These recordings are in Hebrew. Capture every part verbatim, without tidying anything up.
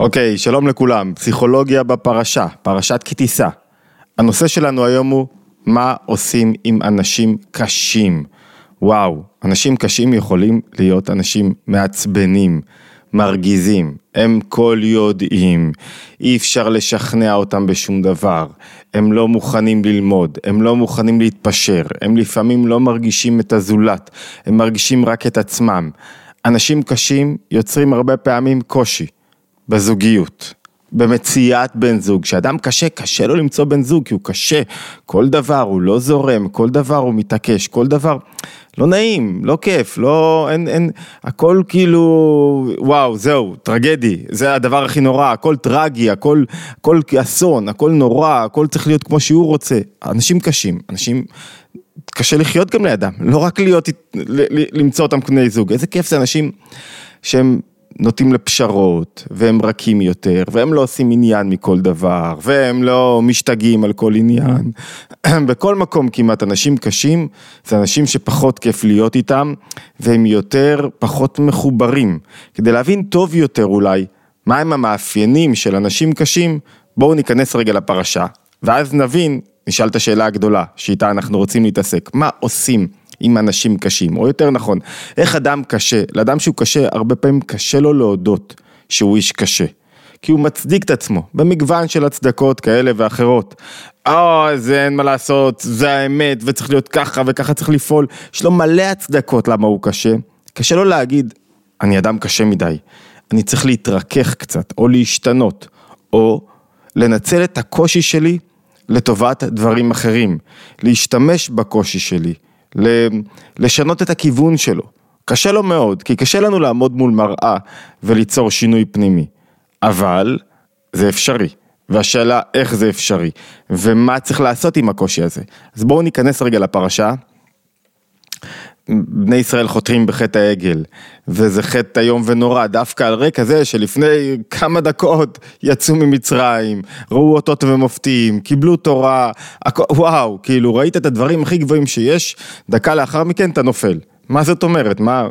אוקיי, שלום לכולם, פסיכולוגיה בפרשה, פרשת כי תישא. הנושא שלנו היום הוא מה עושים עם אנשים קשים. וואו, אנשים קשים יכולים להיות אנשים מעצבנים, מרגיזים, הם כל יודעים, אי אפשר לשכנע אותם בשום דבר, הם לא מוכנים ללמוד, הם לא מוכנים להתפשר, הם לפעמים לא מרגישים את הזולת, הם מרגישים רק את עצמם. אנשים קשים יוצרים הרבה פעמים קושי. בזוגיות, במציאת בן זוג, שאדם קשה, קשה לו למצוא בן זוג, כי הוא קשה, כל דבר הוא לא זורם, כל דבר הוא מתעקש, כל דבר לא נעים, לא כיף, לא, אין, אין, הכל כאילו, וואו, זהו, טרגדי, זה הדבר הכי נורא, הכל טרגי, הכל, הכל אסון, הכל נורא, הכל צריך להיות כמו שהוא רוצה, אנשים קשים, אנשים, קשה לחיות גם לידם, לא רק להיות, למצוא אותם כבני זוג, איזה כיף זה אנשים שהם, נוטים לפשרות, והם רכים יותר, והם לא עושים עניין מכל דבר, והם לא משתגעים על כל עניין. בכל מקום כמעט אנשים קשים, זה אנשים שפחות כיף להיות איתם, והם יותר פחות מחוברים. כדי להבין טוב יותר אולי, מה הם המאפיינים של אנשים קשים, בואו ניכנס רגע לפרשה, ואז נבין, נשאל את השאלה הגדולה, שאיתה אנחנו רוצים להתעסק, מה עושים עם אנשים קשים, או יותר נכון, איך אדם קשה, לאדם שהוא קשה, הרבה פעמים קשה לו להודות שהוא איש קשה, כי הוא מצדיק את עצמו, במגוון של הצדקות כאלה ואחרות, אה, זה אין מה לעשות, זה האמת, וצריך להיות ככה, וככה צריך לפעול, יש לו מלא הצדקות למה הוא קשה, קשה לו להגיד, אני אדם קשה מדי, אני צריך להתרכך קצת, או להשתנות, או לנצל את הקושי שלי, לטובת דברים אחרים, להשתמש בקושי שלי, לשנות את הכיוון שלו. קשה לו מאוד, כי קשה לנו לעמוד מול מראה וליצור שינוי פנימי. אבל זה אפשרי. והשאלה איך זה אפשרי, ומה צריך לעשות עם הקושי הזה. אז בואו ניכנס רגע לפרשה. בני ישראל חותרים בחטא העגל, וזה חטא איום ונורא, דווקא על רקע זה שלפני כמה דקות יצאו ממצרים, ראו אותות ומופתים, קיבלו תורה, וואו, כאילו ראית את הדברים הכי גבוהים שיש, דקה לאחר מכן אתה נופל. מה זאת אומרת? מה?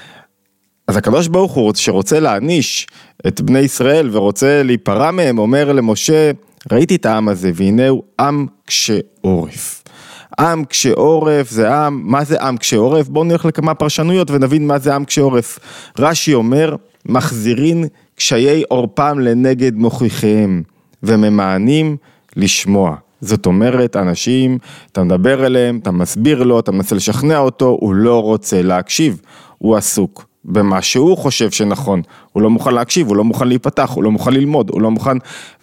אז הקדוש ברוך הוא שרוצה להעניש את בני ישראל ורוצה להיפרע מהם, אומר למשה, ראיתי את העם הזה, והנה הוא עם קשה עורף. עם קשה עורף זה עם, מה זה עם קשה עורף? בואו נלך לכמה פרשנויות ונבין מה זה עם קשה עורף. רש"י אומר, מחזירין קשיי עורפם לנגד מוכיחיהם, וממאנים לשמוע. זאת אומרת, אנשים, אתה מדבר אליהם, אתה מסביר לו, אתה מנסה לשכנע אותו, הוא לא רוצה להקשיב, הוא עסוק במה שהוא חושב שנכון, הוא לא מוכן להקשיב, הוא לא מוכן להיפתח, הוא לא מוכן ללמוד, הוא לא מוכן,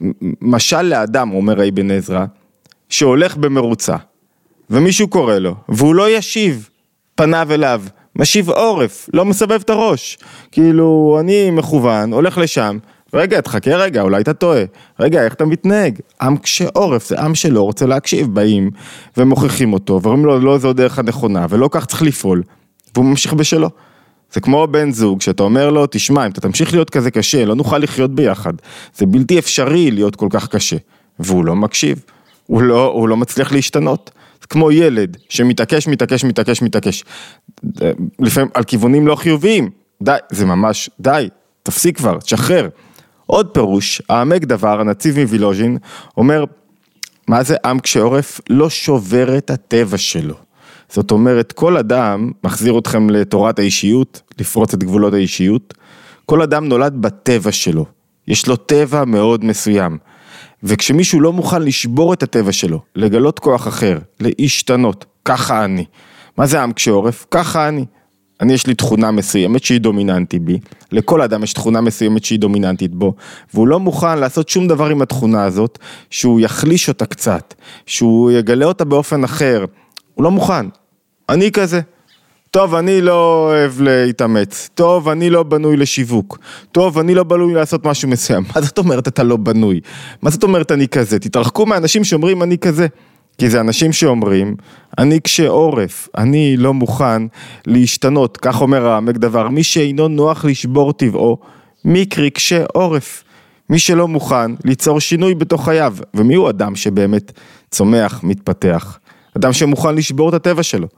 משל לאדם, אומר אבן עזרא, שהולך במרוצה, ומישהו קורא לו, והוא לא ישיב פניו אליו, משיב עורף, לא מסבב את הראש, כאילו אני מכוון, הולך לשם, רגע, תחכה רגע, אולי אתה טועה, רגע, איך אתה מתנהג? עם קשה עורף, זה עם שלא רוצה להקשיב, באים ומוכיחים אותו, ואומרים לו, לא, זו דרך הנכונה, ולא כך צריך לפעול, והוא ממשיך בשלו. זה כמו בן זוג, שאתה אומר לו, תשמע, אם אתה תמשיך להיות כזה קשה, לא נוכל לחיות ביחד, זה בלתי אפשרי להיות כל כך קשה, והוא לא מקשיב, הוא לא, הוא לא מצליח להשתנות. כמו ילד שמתעקש, מתעקש, מתעקש, מתעקש. לפעמים על כיוונים לא חיוביים. די, זה ממש, די, תפסיק כבר, תשחרר. עוד פירוש, העמק דבר, הנציב מווילוז'ין, אומר, מה זה עם קשה עורף? לא שובר את הטבע שלו. זאת אומרת, כל אדם, מחזיר אתכם לתורת האישיות, לפרוץ את גבולות האישיות, כל אדם נולד בטבע שלו. יש לו טבע מאוד מסוים. וכשמישהו לא מוכן לשבור את הטבע שלו, לגלות כוח אחר, להשתנות, ככה אני. מה זה עם קשה עורף? ככה אני. אני יש לי תכונה מסוימת שהיא דומיננטית בי, לכל אדם יש תכונה מסוימת שהיא דומיננטית בו, והוא לא מוכן לעשות שום דבר עם התכונה הזאת, שהוא יחליש אותה קצת, שהוא יגלה אותה באופן אחר, הוא לא מוכן. אני כזה. טוב, אני לא אוהב להתאמץ, טוב, אני לא בנוי לשיווק, טוב, אני לא בנוי לעשות משהו מסוים. מה זאת אומרת אתה לא בנוי? מה זאת אומרת אני כזה? תתרחקו מהאנשים שאומרים אני כזה, כי זה אנשים שאומרים, אני קשה עורף, אני לא מוכן להשתנות, כך אומר העמק דבר, מי שאינו נוח לשבור טבעו, מקרי קשה עורף, מי שלא מוכן ליצור שינוי בתוך חייו, ומי הוא אדם שבאמת צומח, מתפתח, אדם שמוכן לשבור את הטבע שלו,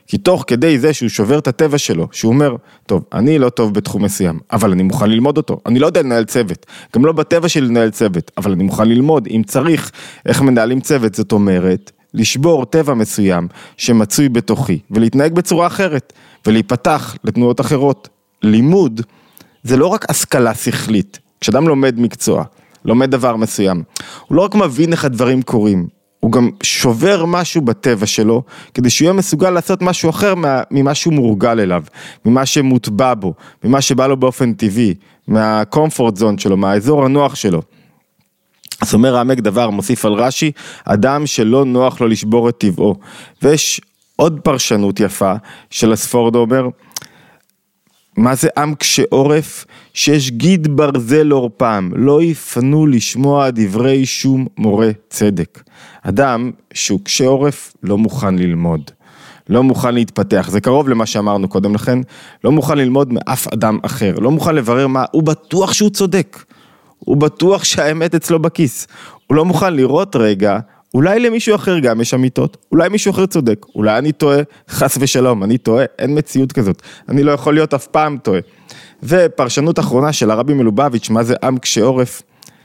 כי תוך כדי זה שהוא שובר את הטבע שלו, שהוא אומר, טוב, אני לא טוב בתחום מסוים, אבל אני מוכן ללמוד אותו, אני לא יודע לנהל צוות, גם לא בטבע שלי לנהל צוות, אבל אני מוכן ללמוד, אם צריך, איך מנהלים צוות, זאת אומרת, לשבור טבע מסוים שמצוי בתוכי, ולהתנהג בצורה אחרת, ולהיפתח לתנועות אחרות. לימוד זה לא רק השכלה שכלית, כשאדם לומד מקצוע, לומד דבר מסוים, הוא לא רק מבין איך הדברים קורים, הוא גם שובר משהו בטבע שלו, כדי שהוא יהיה מסוגל לעשות משהו אחר ממה שהוא מורגל אליו, ממה שמוטבע בו, ממה שבא לו באופן טבעי, מהקומפורט זון שלו, מהאזור הנוח שלו. אז אומר העמק דבר, מוסיף על רש"י, אדם שלא נוח לו לשבור את טבעו. ויש עוד פרשנות יפה של הספורד אומר, מה זה עם קשה עורף? שיש גיד ברזל עורפם, לא יפנו לשמוע דברי שום מורה צדק. אדם שהוא קשה עורף לא מוכן ללמוד, לא מוכן להתפתח, זה קרוב למה שאמרנו קודם לכן, לא מוכן ללמוד מאף אדם אחר, לא מוכן לברר מה, הוא בטוח שהוא צודק, הוא בטוח שהאמת אצלו בכיס, הוא לא מוכן לראות רגע, אולי למישהו אחר גם יש אמיתות, אולי מישהו אחר צודק, אולי אני טועה, חס ושלום, אני טועה, אין מציאות כזאת, אני לא יכול להיות אף פעם טועה. ופרשנות אחרונה של הרבי מלובביץ', מה זה עם קשה עורף?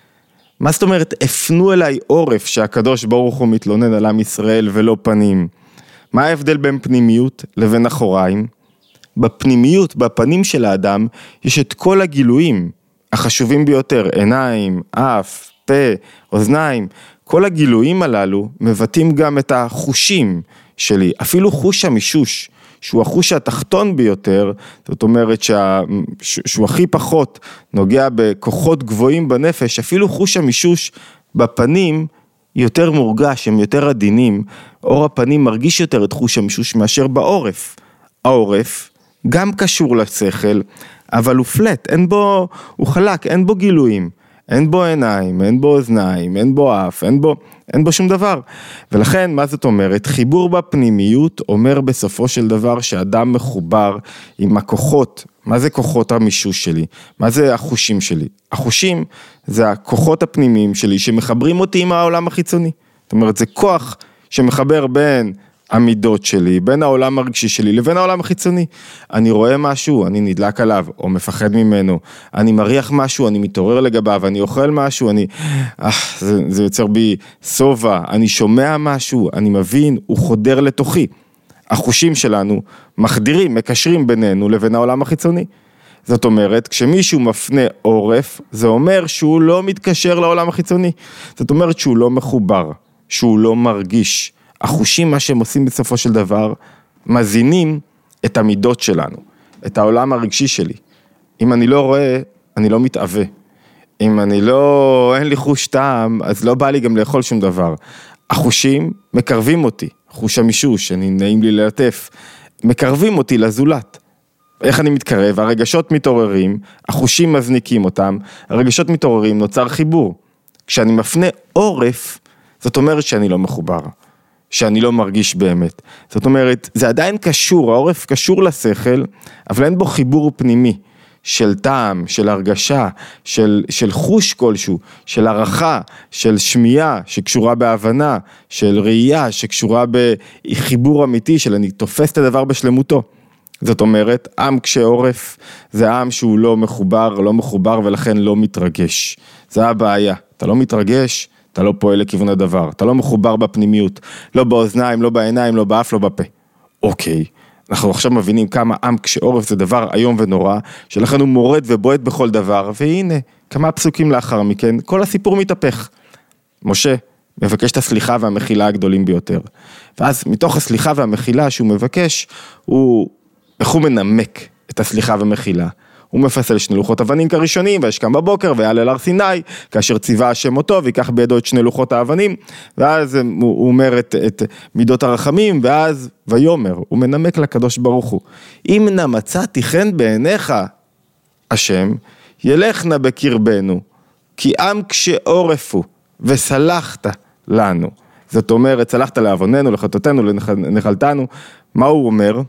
מה זאת אומרת, הפנו אליי עורף שהקדוש ברוך הוא מתלונן על עם ישראל ולא פנים? מה ההבדל בין פנימיות לבין אחוריים? בפנימיות, בפנים של האדם, יש את כל הגילויים החשובים ביותר, עיניים, אף, פה, אוזניים, כל הגילויים הללו מבטאים גם את החושים שלי, אפילו חוש המישוש, שהוא החוש התחתון ביותר, זאת אומרת שה, שהוא הכי פחות נוגע בכוחות גבוהים בנפש, אפילו חוש המישוש בפנים יותר מורגש, הם יותר עדינים, אור הפנים מרגיש יותר את חוש המישוש מאשר בעורף. העורף גם קשור לשכל, אבל הוא פלט, אין בו, הוא חלק, אין בו גילויים. אין בו עיניים, אין בו אוזניים, אין בו אף, אין בו, אין בו שום דבר. ולכן, מה זאת אומרת? חיבור בפנימיות אומר בסופו של דבר שאדם מחובר עם הכוחות. מה זה כוחות המישוש שלי? מה זה החושים שלי? החושים זה הכוחות הפנימיים שלי שמחברים אותי עם העולם החיצוני. זאת אומרת, זה כוח שמחבר בין המידות שלי, בין העולם הרגשי שלי לבין העולם החיצוני. אני רואה משהו, אני נדלק עליו, או מפחד ממנו, אני מריח משהו, אני מתעורר לגביו, אני אוכל משהו, אני, אה, זה, זה יוצר בי סובה, אני שומע משהו, אני מבין, הוא חודר לתוכי. החושים שלנו מחדירים, מקשרים בינינו לבין העולם החיצוני. זאת אומרת, כשמישהו מפנה עורף, זה אומר שהוא לא מתקשר לעולם החיצוני. זאת אומרת שהוא לא מחובר, שהוא לא מרגיש. החושים, מה שהם עושים בסופו של דבר, מזינים את המידות שלנו, את העולם הרגשי שלי. אם אני לא רואה, אני לא מתאווה. אם אני לא, אין לי חוש טעם, אז לא בא לי גם לאכול שום דבר. החושים מקרבים אותי, חוש המישוש, אני נעים לי ללטף, מקרבים אותי לזולת. איך אני מתקרב? הרגשות מתעוררים, החושים מזניקים אותם, הרגשות מתעוררים, נוצר חיבור. כשאני מפנה עורף, זאת אומרת שאני לא מחובר. שאני לא מרגיש באמת. זאת אומרת, זה עדיין קשור, העורף קשור לשכל, אבל אין בו חיבור פנימי, של טעם, של הרגשה, של, של חוש כלשהו, של ערכה, של שמיעה שקשורה בהבנה, של ראייה שקשורה בחיבור אמיתי, של אני תופס את הדבר בשלמותו. זאת אומרת, עם קשה עורף, זה עם שהוא לא מחובר, לא מחובר ולכן לא מתרגש. זה הבעיה, אתה לא מתרגש, אתה לא פועל לכיוון הדבר, אתה לא מחובר בפנימיות, לא באוזניים, לא בעיניים, לא באף, לא בפה. אוקיי, אנחנו עכשיו מבינים כמה עם קשה עורף זה דבר היום ונורא, שלכן הוא מורד ובועט בכל דבר, והנה, כמה פסוקים לאחר מכן, כל הסיפור מתהפך. משה מבקש את הסליחה והמחילה הגדולים ביותר. ואז מתוך הסליחה והמחילה שהוא מבקש, הוא, איך הוא מנמק את הסליחה והמחילה? הוא מפסל שני לוחות אבנים כראשונים, וישכם בבוקר, ויעלה להר סיני, כאשר ציווה השם אותו, ויקח בידו את שני לוחות האבנים, ואז הוא, הוא אומר את, את מידות הרחמים, ואז ויומר, הוא מנמק לקדוש ברוך הוא. אם נא מצאתי חן בעיניך, השם, ילך נא בקרבנו, כי עם קשה עורף הוא, וסלחת לנו. זאת אומרת, סלחת לעווננו, לחטאותינו, לנחלתנו. מה הוא אומר?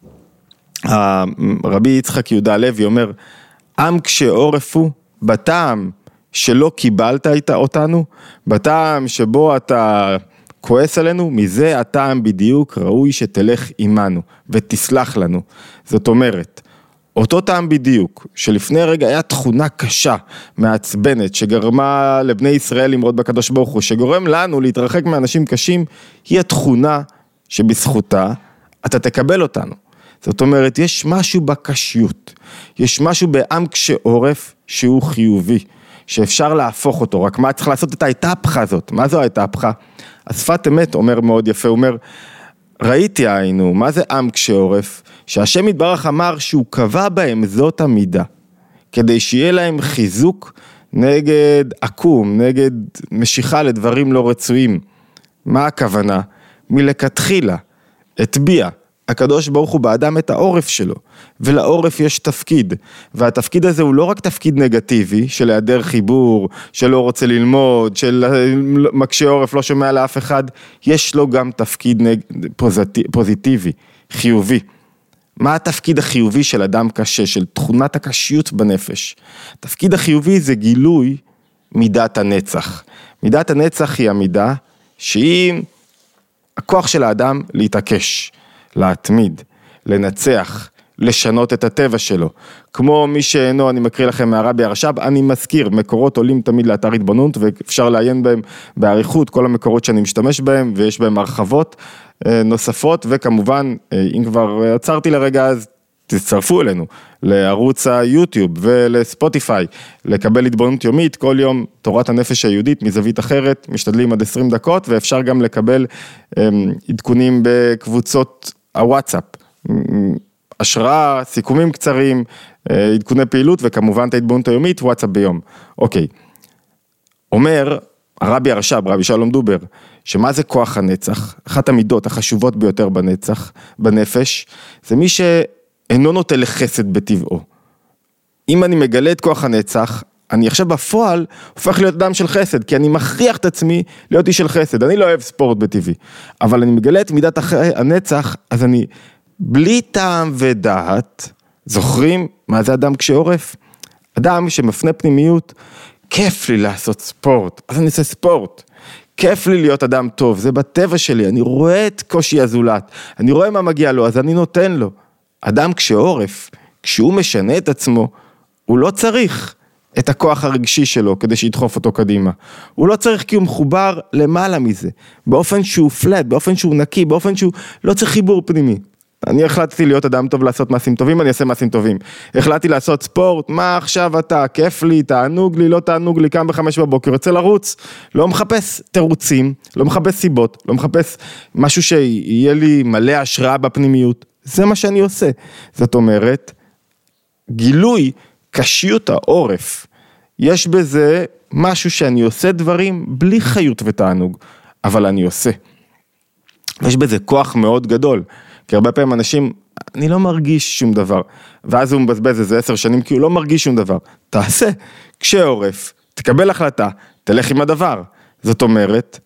רבי יצחק יהודה הלוי אומר, עם קשה עורף הוא בטעם שלא קיבלת אותנו, בטעם שבו אתה כועס עלינו, מזה הטעם בדיוק ראוי שתלך עמנו ותסלח לנו. זאת אומרת, אותו טעם בדיוק, שלפני רגע היה תכונה קשה, מעצבנת, שגרמה לבני ישראל למרוד בקדוש ברוך הוא, שגורם לנו להתרחק מאנשים קשים, היא התכונה שבזכותה אתה תקבל אותנו. זאת אומרת, יש משהו בקשיות, יש משהו בעם קשה עורף שהוא חיובי, שאפשר להפוך אותו, רק מה צריך לעשות את ההתהפכה הזאת? מה זו ההתהפכה? השפת אמת אומר מאוד יפה, הוא אומר, ראיתי היינו, מה זה עם קשה עורף? שהשם יתברך אמר שהוא קבע בהם זאת המידה, כדי שיהיה להם חיזוק נגד עקום, נגד משיכה לדברים לא רצויים. מה הכוונה? מלכתחילה, הטביע הקדוש ברוך הוא באדם את העורף שלו, ולעורף יש תפקיד, והתפקיד הזה הוא לא רק תפקיד נגטיבי, של היעדר חיבור, שלא רוצה ללמוד, של מקשה עורף לא שומע לאף אחד, יש לו גם תפקיד נג... פוזיטיבי, חיובי. מה התפקיד החיובי של אדם קשה, של תכונת הקשיות בנפש? התפקיד החיובי זה גילוי מידת הנצח. מידת הנצח היא המידה שהיא הכוח של האדם להתעקש, להתמיד, לנצח, לשנות את הטבע שלו. כמו מי שאינו, אני מקריא לכם מהרבי הרש"ב, אני מזכיר, מקורות עולים תמיד לאתר התבוננות, ואפשר לעיין בהם בעריכות, כל המקורות שאני משתמש בהם, ויש בהם הרחבות נוספות, וכמובן, אם כבר עצרתי לרגע, אז תצטרפו אלינו, לערוץ היוטיוב ולספוטיפיי, לקבל התבוננות יומית, כל יום תורת הנפש היהודית מזווית אחרת, משתדלים עד עשרים דקות, ואפשר גם לקבל עדכונים בקבוצות הוואטסאפ, השראה, סיכומים קצרים, עדכוני פעילות, וכמובן את ההתבוננות היומית, וואטסאפ ביום. אוקיי. אומר הרבי הרש"ב, רבי שלום דובר, שמה זה כוח הנצח? אחת המידות החשובות ביותר בנצח, בנפש, זה מי שאינו נוטה לחסד בטבעו. אם אני מגלה את כוח הנצח, אני עכשיו בפועל הופך להיות אדם של חסד, כי אני מכריח את עצמי להיות איש של חסד. אני לא אוהב ספורט בטבעי, אבל אני מגלה את מידת הנצח, אז אני בלי טעם ודעת, זוכרים מה זה אדם קשה עורף? אדם שמפנה פנימיות, כיף לי לעשות ספורט, אז אני אעשה ספורט. כיף לי להיות אדם טוב, זה בטבע שלי, אני רואה את קושי הזולת, אני רואה מה מגיע לו, אז אני נותן לו. אדם קשה עורף, כשהוא משנה את עצמו, הוא לא צריך את הכוח הרגשי שלו כדי שידחוף אותו קדימה. הוא לא צריך כי הוא מחובר למעלה מזה, באופן שהוא פלט, באופן שהוא נקי, באופן שהוא לא צריך חיבור פנימי. אני החלטתי להיות אדם טוב לעשות מעשים טובים, אני אעשה מעשים טובים. החלטתי לעשות ספורט, מה עכשיו אתה? כיף לי, תענוג לי, לא תענוג לי, קם בחמש בבוקר, רוצה לרוץ, לא מחפש תירוצים, לא מחפש סיבות, לא מחפש משהו שיהיה לי מלא השראה בפנימיות. זה מה שאני עושה. זאת אומרת, גילוי קשיות העורף, יש בזה משהו שאני עושה דברים בלי חיות ותענוג, אבל אני עושה. ויש בזה כוח מאוד גדול, כי הרבה פעמים אנשים, אני לא מרגיש שום דבר, ואז הוא מבזבז איזה עשר שנים, כי הוא לא מרגיש שום דבר. תעשה, כשעורף, תקבל החלטה, תלך עם הדבר. זאת אומרת,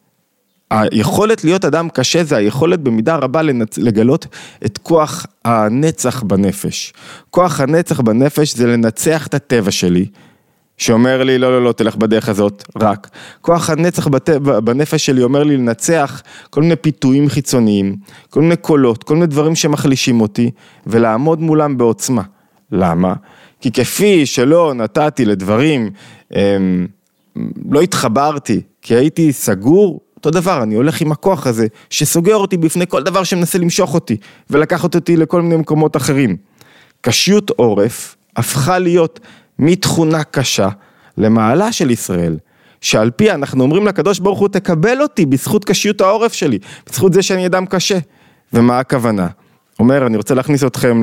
היכולת להיות אדם קשה זה היכולת במידה רבה לנצ... לגלות את כוח הנצח בנפש. כוח הנצח בנפש זה לנצח את הטבע שלי, שאומר לי, לא, לא, לא, תלך בדרך הזאת, רק. כוח הנצח בת... בנפש שלי אומר לי לנצח כל מיני פיתויים חיצוניים, כל מיני קולות, כל מיני דברים שמחלישים אותי, ולעמוד מולם בעוצמה. למה? כי כפי שלא נתתי לדברים, הם... לא התחברתי, כי הייתי סגור, אותו דבר, אני הולך עם הכוח הזה, שסוגר אותי בפני כל דבר שמנסה למשוך אותי, ולקחת אותי לכל מיני מקומות אחרים. קשיות עורף הפכה להיות מתכונה קשה למעלה של ישראל, שעל פי אנחנו אומרים לקדוש ברוך הוא, תקבל אותי בזכות קשיות העורף שלי, בזכות זה שאני אדם קשה. ומה הכוונה? אומר, אני רוצה להכניס אתכם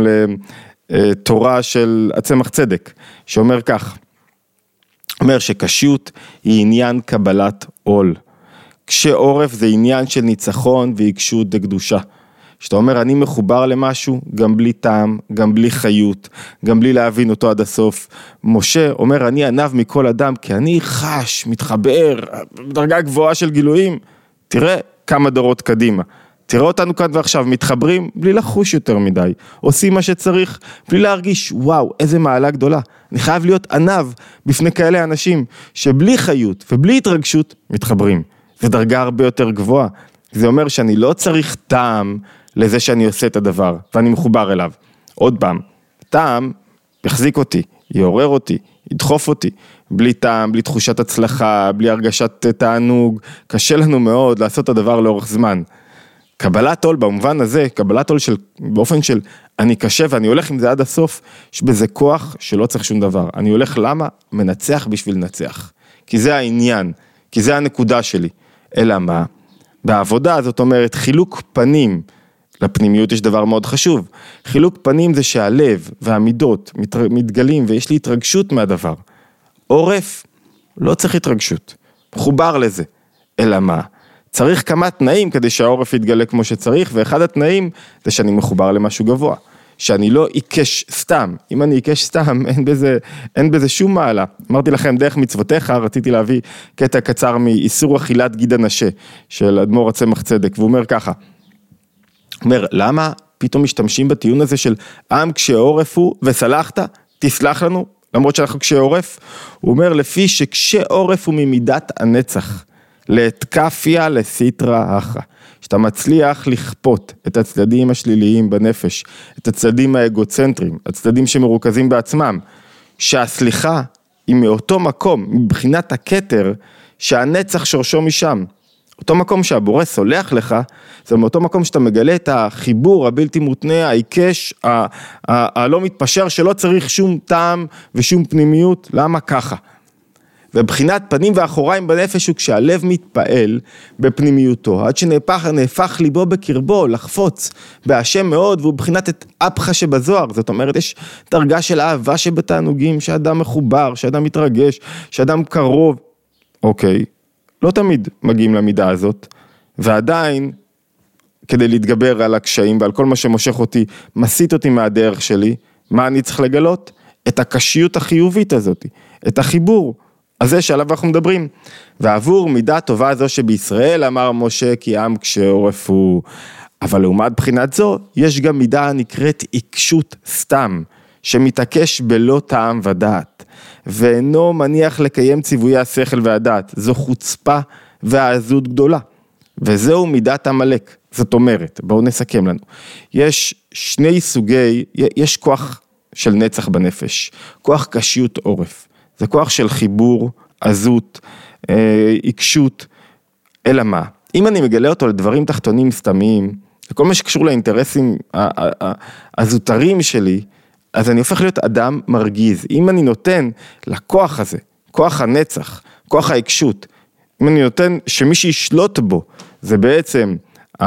לתורה של הצמח צדק, שאומר כך, אומר שקשיות היא עניין קבלת עול. כשעורף זה עניין של ניצחון ועיקשות דקדושה. שאתה אומר, אני מחובר למשהו, גם בלי טעם, גם בלי חיות, גם בלי להבין אותו עד הסוף. משה אומר, אני ענב מכל אדם, כי אני חש, מתחבר, דרגה גבוהה של גילויים. תראה כמה דורות קדימה. תראה אותנו כאן ועכשיו, מתחברים בלי לחוש יותר מדי. עושים מה שצריך, בלי להרגיש, וואו, איזה מעלה גדולה. אני חייב להיות ענב בפני כאלה אנשים, שבלי חיות ובלי התרגשות, מתחברים. זה דרגה הרבה יותר גבוהה. זה אומר שאני לא צריך טעם לזה שאני עושה את הדבר, ואני מחובר אליו. עוד פעם, טעם יחזיק אותי, יעורר אותי, ידחוף אותי, בלי טעם, בלי תחושת הצלחה, בלי הרגשת תענוג, קשה לנו מאוד לעשות את הדבר לאורך זמן. קבלת עול במובן הזה, קבלת עול של, באופן של אני קשה ואני הולך עם זה עד הסוף, יש בזה כוח שלא צריך שום דבר. אני הולך למה? מנצח בשביל לנצח. כי זה העניין, כי זה הנקודה שלי. אלא מה? בעבודה זאת אומרת חילוק פנים, לפנימיות יש דבר מאוד חשוב. חילוק פנים זה שהלב והמידות מתגלים ויש לי התרגשות מהדבר. עורף, לא צריך התרגשות, מחובר לזה. אלא מה? צריך כמה תנאים כדי שהעורף יתגלה כמו שצריך, ואחד התנאים זה שאני מחובר למשהו גבוה. שאני לא עיקש סתם, אם אני עיקש סתם, אין בזה, אין בזה שום מעלה. אמרתי לכם, דרך מצוותיך, רציתי להביא קטע קצר מאיסור אכילת גיד הנשה, של אדמו"ר הצמח צדק, והוא אומר ככה, אומר, למה פתאום משתמשים בטיעון הזה של עם כשעורף הוא וסלחת, תסלח לנו, למרות שאנחנו כשעורף, הוא אומר, לפי שכשעורף הוא ממידת הנצח, להתקפיה לסיטרה אחא. שאתה מצליח לכפות את הצדדים השליליים בנפש, את הצדדים האגוצנטריים, הצדדים שמרוכזים בעצמם, שהסליחה היא מאותו מקום, מבחינת הכתר, שהנצח שורשו משם. אותו מקום שהבורא סולח לך, זה מאותו מקום שאתה מגלה את החיבור הבלתי מותנה, העיקש, הלא מתפשר, שלא צריך שום טעם ושום פנימיות. למה ככה? ובחינת פנים ואחוריים בנפש הוא כשהלב מתפעל בפנימיותו, עד שנהפך נהפך ליבו בקרבו, לחפוץ בהשם מאוד, והוא בחינת את אפחה שבזוהר, זאת אומרת יש דרגה של אהבה שבתענוגים, שאדם מחובר, שאדם מתרגש, שאדם קרוב, אוקיי, לא תמיד מגיעים למידה הזאת, ועדיין כדי להתגבר על הקשיים ועל כל מה שמושך אותי, מסית אותי מהדרך שלי, מה אני צריך לגלות? את הקשיות החיובית הזאת, את החיבור, אז זה שעליו אנחנו מדברים, ועבור מידה טובה זו שבישראל אמר משה כי עם כשעורף הוא, אבל לעומת בחינת זו, יש גם מידה הנקראת עיקשות סתם, שמתעקש בלא טעם ודעת, ואינו מניח לקיים ציוויי השכל והדעת, זו חוצפה והעזות גדולה, וזהו מידת המלאק, זאת אומרת, בואו נסכם לנו, יש שני סוגי, יש כוח של נצח בנפש, כוח קשיות עורף, זה כוח של חיבור, עזות, אה, עיקשות, אלא מה? אם אני מגלה אותו לדברים תחתונים סתמיים, לכל מה שקשור לאינטרסים הזוטרים שלי, אז אני הופך להיות אדם מרגיז. אם אני נותן לכוח הזה, כוח הנצח, כוח העיקשות, אם אני נותן שמי שישלוט בו, זה בעצם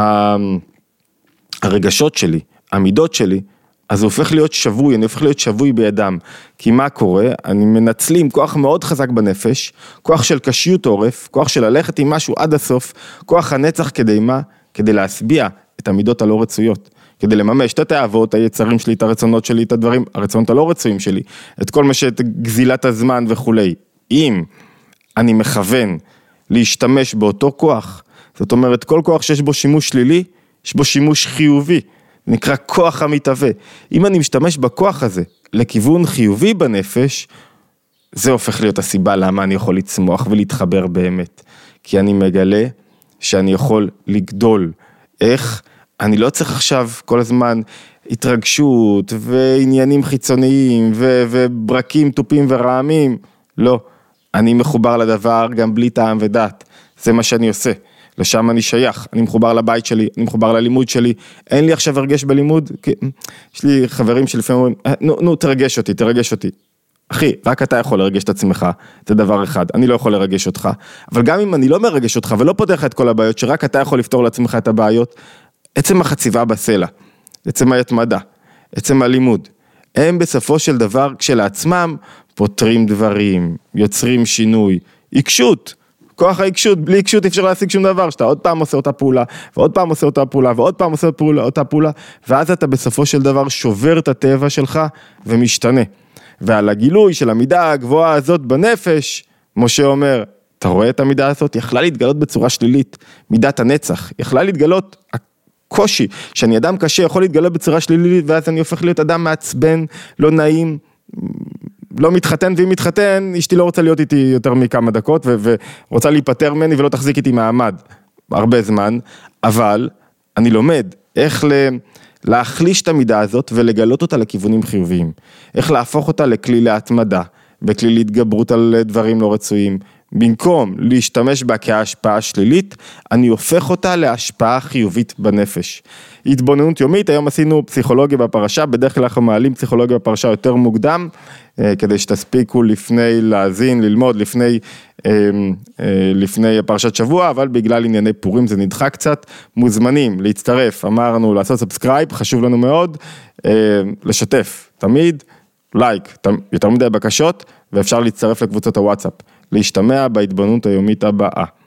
הרגשות שלי, המידות שלי, אז הוא הופך להיות שבוי, אני הופך להיות שבוי בידם, כי מה קורה? אני מנצלים כוח מאוד חזק בנפש, כוח של קשיות עורף, כוח של ללכת עם משהו עד הסוף, כוח הנצח כדי מה? כדי להסביע את המידות הלא רצויות, כדי לממש את התאוות, היצרים שלי, את הרצונות שלי, את הדברים, הרצונות הלא רצויים שלי, את כל מה שאת גזילת הזמן וכולי. אם אני מכוון להשתמש באותו כוח, זאת אומרת, כל כוח שיש בו שימוש שלילי, יש בו שימוש חיובי, נקרא כוח המתהווה. אם אני משתמש בכוח הזה לכיוון חיובי בנפש, זה הופך להיות הסיבה למה אני יכול לצמוח ולהתחבר באמת. כי אני מגלה שאני יכול לגדול. איך? אני לא צריך עכשיו כל הזמן התרגשות ועניינים חיצוניים ו- וברקים טופים ורעמים. לא. אני מחובר לדבר גם בלי טעם ודעת. זה מה שאני עושה. לשם אני שייך, אני מחובר לבית שלי, אני מחובר ללימוד שלי, אין לי עכשיו הרגש בלימוד, כי יש לי חברים שלפעמים אומרים, נו, נו, תרגש אותי, תרגש אותי. אחי, רק אתה יכול לרגש את עצמך, זה דבר אחד, אני לא יכול לרגש אותך, אבל גם אם אני לא מרגש אותך ולא פותח את כל הבעיות, שרק אתה יכול לפתור לעצמך את הבעיות, עצם החציבה בסלע, עצם ההתמדה, עצם הלימוד, הם בסופו של דבר כשלעצמם פותרים דברים, יוצרים שינוי, עיקשות, כוח העיקשות, בלי עיקשות אפשר להשיג שום דבר, שאתה עוד פעם עושה אותה פעולה, ועוד פעם עושה אותה פעולה, ועוד פעם עושה אותה פעולה, ואז אתה בסופו של דבר שובר את הטבע שלך ומשתנה. ועל הגילוי של המידה הגבוהה הזאת בנפש, משה אומר, אתה רואה את המידה הזאת? יכלה להתגלות בצורה שלילית, מידת הנצח, יכלה להתגלות הקושי, שאני אדם קשה יכול להתגלות בצורה שלילית, ואז אני הופך להיות אדם מעצבן, לא נעים, לא מתחתן, ואם מתחתן, אשתי לא רוצה להיות איתי יותר מכמה דקות, ורוצה להיפטר ממני ולא תחזיק איתי מעמד. הרבה זמן, אבל אני לומד איך ל... להחליש את המידה הזאת ולגלות אותה לכיוונים חיוביים. איך להפוך אותה לכלי להתמדה, בכלי להתגברות על דברים לא רצויים. במקום להשתמש בה כהשפעה שלילית, אני הופך אותה להשפעה חיובית בנפש. התבוננות יומית, היום עשינו פסיכולוגיה בפרשה, בדרך כלל אנחנו מעלים פסיכולוגיה בפרשה יותר מוקדם, כדי שתספיקו לפני להזין, ללמוד, לפני, לפני הפרשת שבוע, אבל בגלל ענייני פורים זה נדחה קצת, מוזמנים להצטרף, אמרנו לעשות סאבסקרייב, חשוב לנו מאוד, לשתף, תמיד, לייק, יותר מדי בקשות, ואפשר להצטרף לקבוצות הוואטסאפ, להשתמע בהתבוננות היומית הבאה.